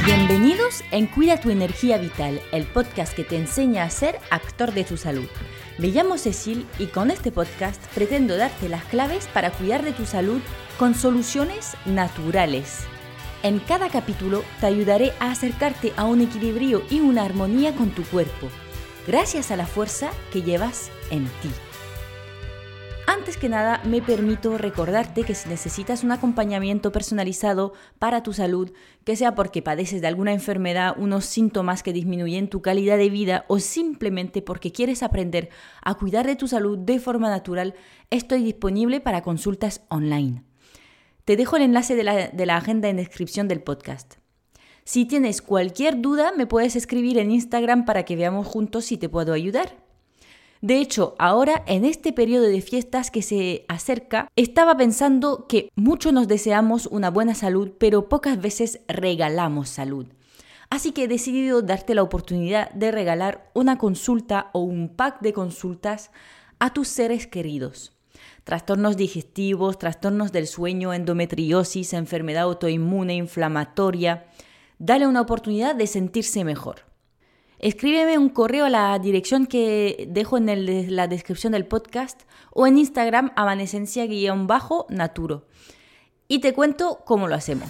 Bienvenidos en Cuida tu Energía Vital, el podcast que te enseña a ser actor de tu salud. Me llamo Cecil y con este podcast pretendo darte las claves para cuidar de tu salud con soluciones naturales. En cada capítulo te ayudaré a acercarte a un equilibrio y una armonía con tu cuerpo, gracias a la fuerza que llevas en ti. Antes que nada, me permito recordarte que si necesitas un acompañamiento personalizado para tu salud, que sea porque padeces de alguna enfermedad, unos síntomas que disminuyen tu calidad de vida o simplemente porque quieres aprender a cuidar de tu salud de forma natural, estoy disponible para consultas online. Te dejo el enlace de la agenda en descripción del podcast. Si tienes cualquier duda, me puedes escribir en Instagram para que veamos juntos si te puedo ayudar. De hecho, ahora en este periodo de fiestas que se acerca, estaba pensando que muchos nos deseamos una buena salud, pero pocas veces regalamos salud. Así que he decidido darte la oportunidad de regalar una consulta o un pack de consultas a tus seres queridos. Trastornos digestivos, trastornos del sueño, endometriosis, enfermedad autoinmune, inflamatoria. Dale una oportunidad de sentirse mejor. Escríbeme un correo a la dirección que dejo en la descripción del podcast o en Instagram amanesencia_naturo y te cuento cómo lo hacemos.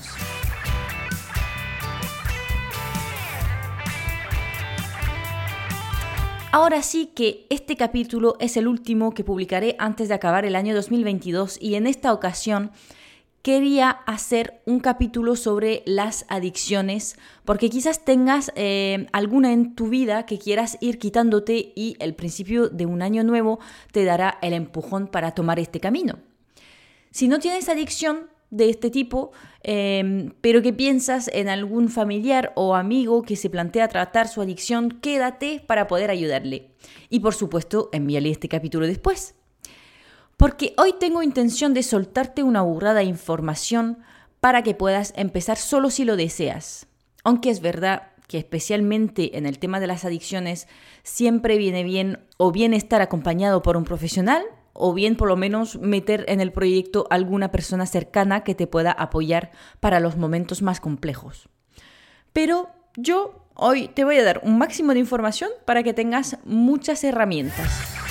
Ahora sí que este capítulo es el último que publicaré antes de acabar el año 2022 y en esta ocasión quería hacer un capítulo sobre las adicciones porque quizás tengas alguna en tu vida que quieras ir quitándote y el principio de un año nuevo te dará el empujón para tomar este camino. Si no tienes adicción de este tipo, pero que piensas en algún familiar o amigo que se plantea tratar su adicción, quédate para poder ayudarle. Y por supuesto, envíale este capítulo después. Porque hoy tengo intención de soltarte una burrada de información para que puedas empezar solo si lo deseas. Aunque es verdad que especialmente en el tema de las adicciones siempre viene bien o bien estar acompañado por un profesional o bien por lo menos meter en el proyecto alguna persona cercana que te pueda apoyar para los momentos más complejos. Pero yo hoy te voy a dar un máximo de información para que tengas muchas herramientas.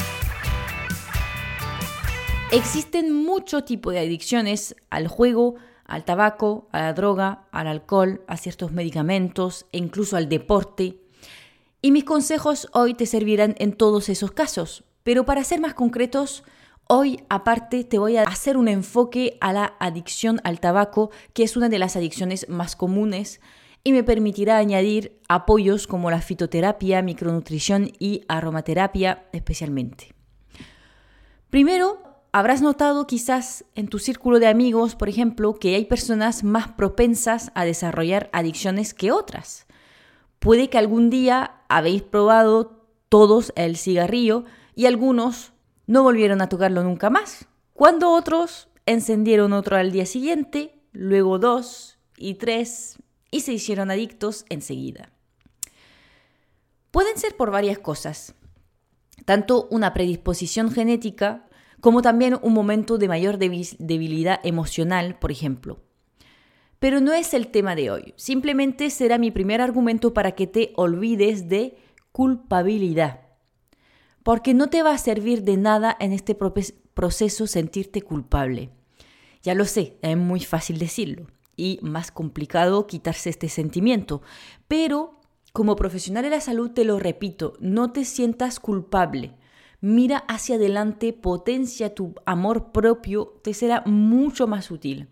Existen muchos tipos de adicciones al juego, al tabaco, a la droga, al alcohol, a ciertos medicamentos e incluso al deporte. Y mis consejos hoy te servirán en todos esos casos. Pero para ser más concretos, hoy aparte te voy a hacer un enfoque a la adicción al tabaco, que es una de las adicciones más comunes y me permitirá añadir apoyos como la fitoterapia, micronutrición y aromaterapia especialmente. Primero, habrás notado quizás en tu círculo de amigos, por ejemplo, que hay personas más propensas a desarrollar adicciones que otras. Puede que algún día habéis probado todos el cigarrillo y algunos no volvieron a tocarlo nunca más, cuando otros encendieron otro al día siguiente, luego 2 y 3 y se hicieron adictos enseguida. Pueden ser por varias cosas, tanto una predisposición genética como también un momento de mayor debilidad emocional, por ejemplo. Pero no es el tema de hoy, simplemente será mi primer argumento para que te olvides de culpabilidad. Porque no te va a servir de nada en este proceso sentirte culpable. Ya lo sé, es muy fácil decirlo y más complicado quitarse este sentimiento, pero como profesional de la salud te lo repito, no te sientas culpable. Mira hacia adelante, potencia tu amor propio, te será mucho más útil.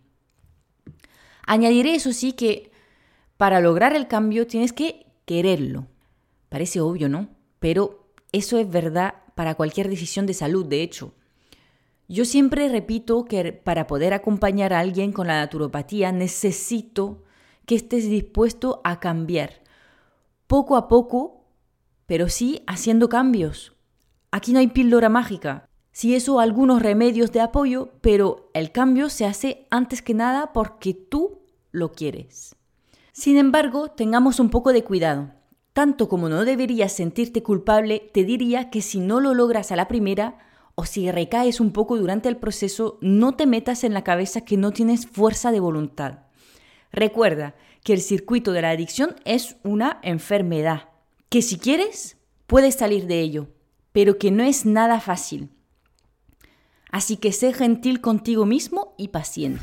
Añadiré eso sí que para lograr el cambio tienes que quererlo. Parece obvio, ¿no? Pero eso es verdad para cualquier decisión de salud, de hecho. Yo siempre repito que para poder acompañar a alguien con la naturopatía necesito que estés dispuesto a cambiar. Poco a poco, pero sí haciendo cambios. Aquí no hay píldora mágica. Sí, eso, algunos remedios de apoyo, pero el cambio se hace antes que nada porque tú lo quieres. Sin embargo, tengamos un poco de cuidado. Tanto como no deberías sentirte culpable, te diría que si no lo logras a la primera o si recaes un poco durante el proceso, no te metas en la cabeza que no tienes fuerza de voluntad. Recuerda que el circuito de la adicción es una enfermedad, que si quieres puedes salir de ello, pero que no es nada fácil. Así que sé gentil contigo mismo y paciente.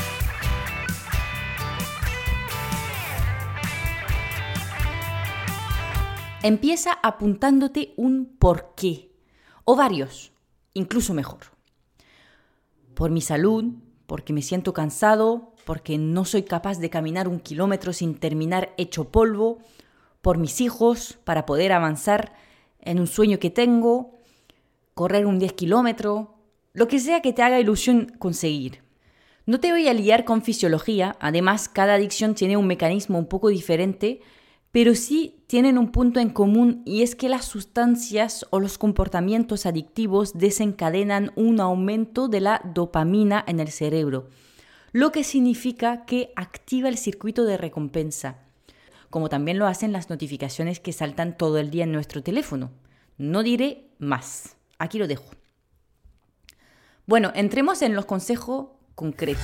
Empieza apuntándote un porqué, o varios, incluso mejor. Por mi salud, porque me siento cansado, porque no soy capaz de caminar 1 kilómetro sin terminar hecho polvo, por mis hijos, para poder avanzar en un sueño que tengo, correr 10 kilómetros, lo que sea que te haga ilusión conseguir. No te voy a liar con fisiología, además cada adicción tiene un mecanismo un poco diferente, pero sí tienen un punto en común y es que las sustancias o los comportamientos adictivos desencadenan un aumento de la dopamina en el cerebro, lo que significa que activa el circuito de recompensa, como también lo hacen las notificaciones que saltan todo el día en nuestro teléfono. No diré más, aquí lo dejo. Bueno, entremos en los consejos concretos.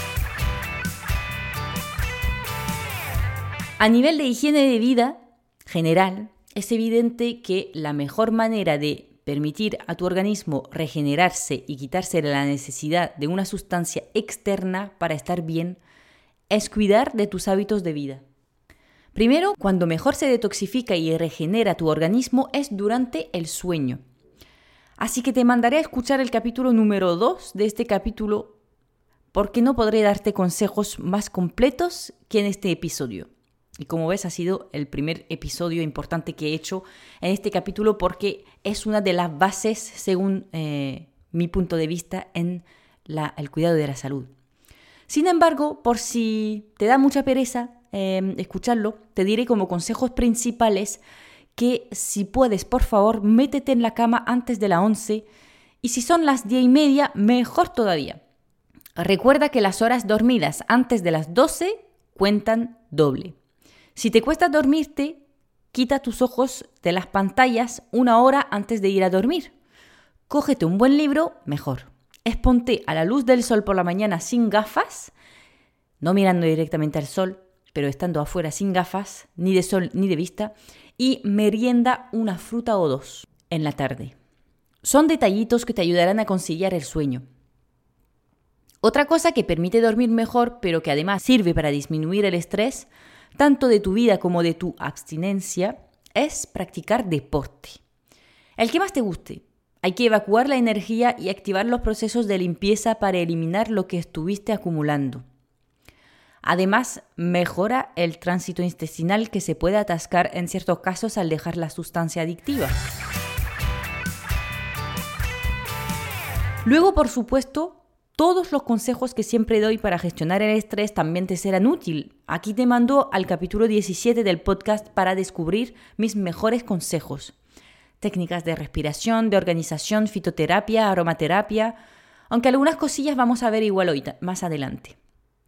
A nivel de higiene de vida general, es evidente que la mejor manera de permitir a tu organismo regenerarse y quitarse de la necesidad de una sustancia externa para estar bien es cuidar de tus hábitos de vida. Primero, cuando mejor se detoxifica y regenera tu organismo es durante el sueño. Así que te mandaré a escuchar el capítulo número 2 de este capítulo porque no podré darte consejos más completos que en este episodio. Y como ves, ha sido el primer episodio importante que he hecho en este capítulo porque es una de las bases, según mi punto de vista, en el cuidado de la salud. Sin embargo, por si te da mucha pereza escucharlo, te diré como consejos principales que si puedes, por favor, métete en la cama antes de las 11 y si son las 10:30, mejor todavía. Recuerda que las horas dormidas antes de las 12 cuentan doble. Si te cuesta dormirte, quita tus ojos de las pantallas 1 hora antes de ir a dormir. Cógete un buen libro, mejor. Exponte a la luz del sol por la mañana sin gafas, no mirando directamente al sol, pero estando afuera sin gafas, ni de sol ni de vista, y merienda una fruta o 2 en la tarde. Son detallitos que te ayudarán a conciliar el sueño. Otra cosa que permite dormir mejor, pero que además sirve para disminuir el estrés, tanto de tu vida como de tu abstinencia, es practicar deporte. El que más te guste. Hay que evacuar la energía y activar los procesos de limpieza para eliminar lo que estuviste acumulando. Además, mejora el tránsito intestinal que se puede atascar en ciertos casos al dejar la sustancia adictiva. Luego, por supuesto, todos los consejos que siempre doy para gestionar el estrés también te serán útiles. Aquí te mando al capítulo 17 del podcast para descubrir mis mejores consejos. Técnicas de respiración, de organización, fitoterapia, aromaterapia, aunque algunas cosillas vamos a ver igual hoy, más adelante.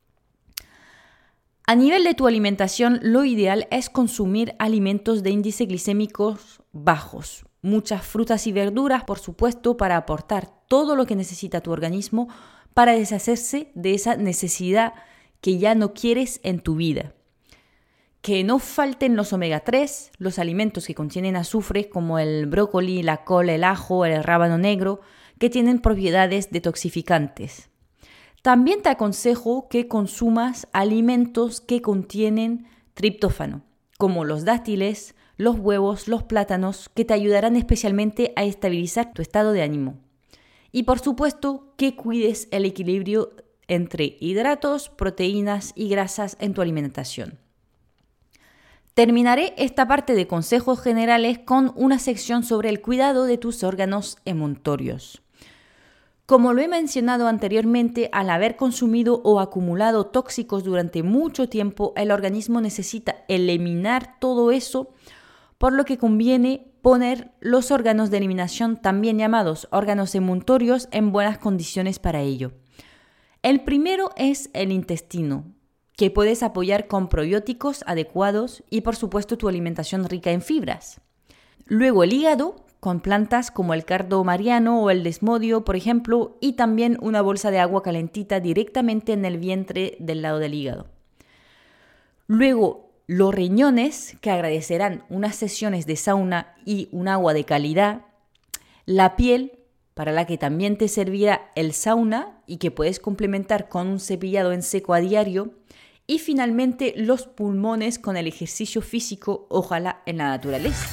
A nivel de tu alimentación, lo ideal es consumir alimentos de índice glicémicos bajos. Muchas frutas y verduras, por supuesto, para aportar todo lo que necesita tu organismo para deshacerse de esa necesidad que ya no quieres en tu vida. Que no falten los omega 3, los alimentos que contienen azufre como el brócoli, la col, el ajo, el rábano negro, que tienen propiedades detoxificantes. También te aconsejo que consumas alimentos que contienen triptófano, como los dátiles, los huevos, los plátanos, que te ayudarán especialmente a estabilizar tu estado de ánimo. Y por supuesto que cuides el equilibrio entre hidratos, proteínas y grasas en tu alimentación. Terminaré esta parte de consejos generales con una sección sobre el cuidado de tus órganos emontorios. Como lo he mencionado anteriormente, al haber consumido o acumulado tóxicos durante mucho tiempo, el organismo necesita eliminar todo eso, por lo que conviene poner los órganos de eliminación, también llamados órganos emontorios, en buenas condiciones para ello. El primero es el intestino, que puedes apoyar con probióticos adecuados y por supuesto tu alimentación rica en fibras. Luego el hígado, con plantas como el cardo mariano o el desmodio, por ejemplo, y también una bolsa de agua calentita directamente en el vientre del lado del hígado. Luego, los riñones, que agradecerán unas sesiones de sauna y un agua de calidad. La piel, para la que también te servirá el sauna y que puedes complementar con un cepillado en seco a diario. Y finalmente, los pulmones con el ejercicio físico, ojalá en la naturaleza.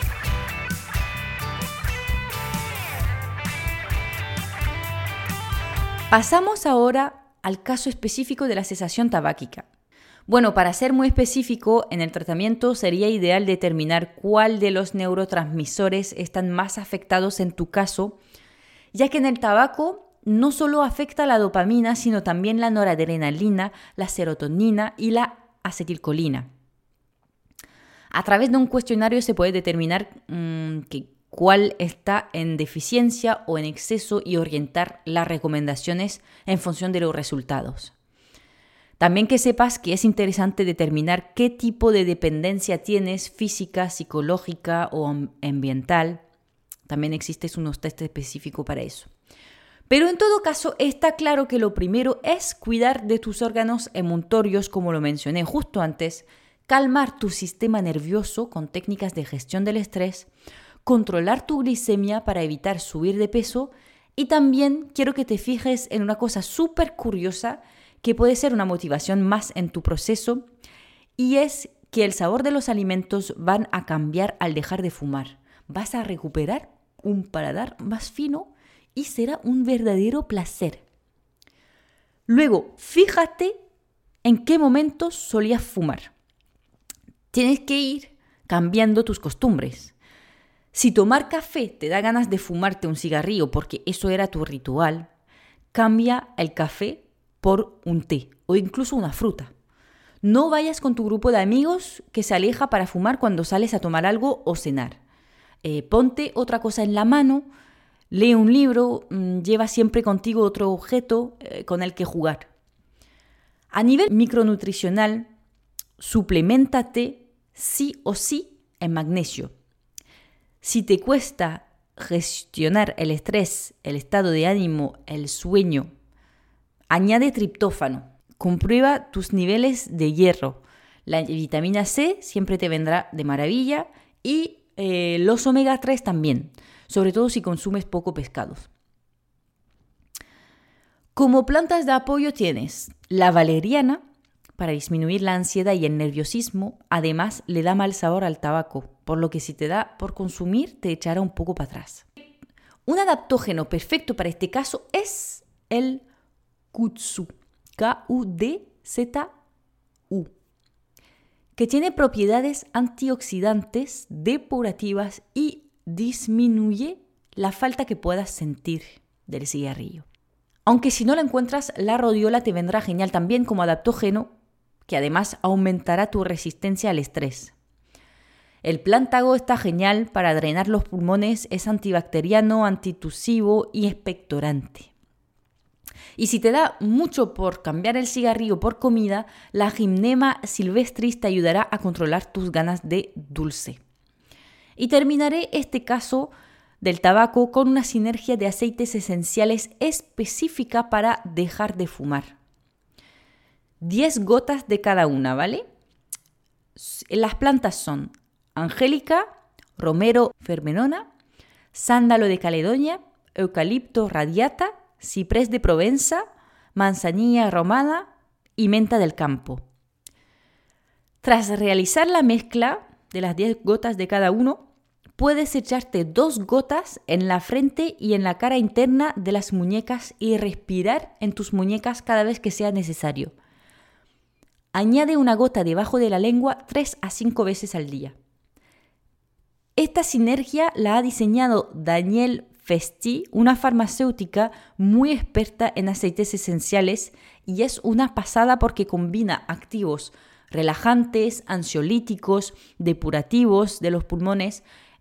Pasamos ahora al caso específico de la cesación tabáquica. Bueno, para ser muy específico, en el tratamiento sería ideal determinar cuál de los neurotransmisores están más afectados en tu caso, ya que en el tabaco no solo afecta la dopamina, sino también la noradrenalina, la serotonina y la acetilcolina. A través de un cuestionario se puede determinar cuál está en deficiencia o en exceso y orientar las recomendaciones en función de los resultados. También que sepas que es interesante determinar qué tipo de dependencia tienes, física, psicológica o ambiental. También existen unos test específicos para eso. Pero en todo caso, está claro que lo primero es cuidar de tus órganos emuntorios, como lo mencioné justo antes, calmar tu sistema nervioso con técnicas de gestión del estrés, controlar tu glicemia para evitar subir de peso y también quiero que te fijes en una cosa súper curiosa que puede ser una motivación más en tu proceso, y es que el sabor de los alimentos van a cambiar al dejar de fumar. Vas a recuperar un paladar más fino y será un verdadero placer. Luego, fíjate en qué momentos solías fumar. Tienes que ir cambiando tus costumbres. Si tomar café te da ganas de fumarte un cigarrillo porque eso era tu ritual, cambia el café por un té o incluso una fruta. No vayas con tu grupo de amigos que se aleja para fumar cuando sales a tomar algo o cenar. Ponte otra cosa en la mano, lee un libro, lleva siempre contigo otro objeto con el que jugar. A nivel micronutricional, supleméntate sí o sí en magnesio. Si te cuesta gestionar el estrés, el estado de ánimo, el sueño, añade triptófano, comprueba tus niveles de hierro. La vitamina C siempre te vendrá de maravilla y los omega 3 también, sobre todo si consumes poco pescados. Como plantas de apoyo tienes la valeriana para disminuir la ansiedad y el nerviosismo, además le da mal sabor al tabaco, por lo que si te da por consumir te echará un poco para atrás. Un adaptógeno perfecto para este caso es el Kudzu, K-U-D-Z-U, que tiene propiedades antioxidantes, depurativas y disminuye la falta que puedas sentir del cigarrillo. Aunque si no la encuentras, la rodiola te vendrá genial también como adaptógeno, que además aumentará tu resistencia al estrés. El plántago está genial para drenar los pulmones, es antibacteriano, antitusivo y expectorante. Y si te da mucho por cambiar el cigarrillo por comida, la Gymnema sylvestris te ayudará a controlar tus ganas de dulce. Y terminaré este caso del tabaco con una sinergia de aceites esenciales específica para dejar de fumar. 10 gotas de cada una, ¿vale? Las plantas son angélica, romero verbenona, sándalo de Caledonia, eucalipto radiata, ciprés de Provenza, manzanilla romana y menta del campo. Tras realizar la mezcla de las 10 gotas de cada uno, puedes echarte 2 gotas en la frente y en la cara interna de las muñecas y respirar en tus muñecas cada vez que sea necesario. Añade una gota debajo de la lengua 3 a 5 veces al día. Esta sinergia la ha diseñado Danielle Festi, una farmacéutica muy experta en aceites esenciales, y es una pasada porque combina activos relajantes, ansiolíticos, depurativos de los pulmones,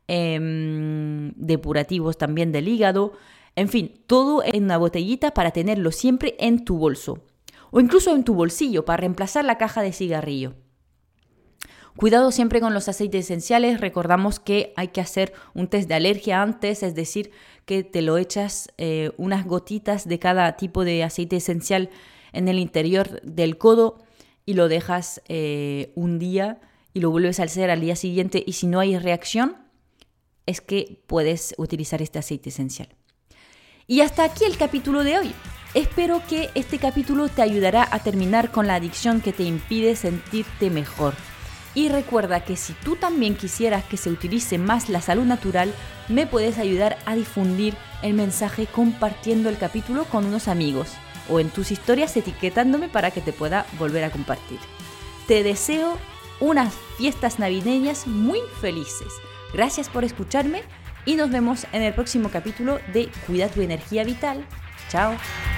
depurativos también del hígado, en fin, todo en una botellita para tenerlo siempre en tu bolso o incluso en tu bolsillo para reemplazar la caja de cigarrillo. Cuidado siempre con los aceites esenciales, recordamos que hay que hacer un test de alergia antes, es decir, que te lo echas unas gotitas de cada tipo de aceite esencial en el interior del codo y lo dejas un día y lo vuelves a hacer al día siguiente y si no hay reacción, es que puedes utilizar este aceite esencial. Y hasta aquí el capítulo de hoy. Espero que este capítulo te ayudará a terminar con la adicción que te impide sentirte mejor. Y recuerda que si tú también quisieras que se utilice más la salud natural, me puedes ayudar a difundir el mensaje compartiendo el capítulo con unos amigos o en tus historias etiquetándome para que te pueda volver a compartir. Te deseo unas fiestas navideñas muy felices. Gracias por escucharme y nos vemos en el próximo capítulo de Cuida tu energía vital. Chao.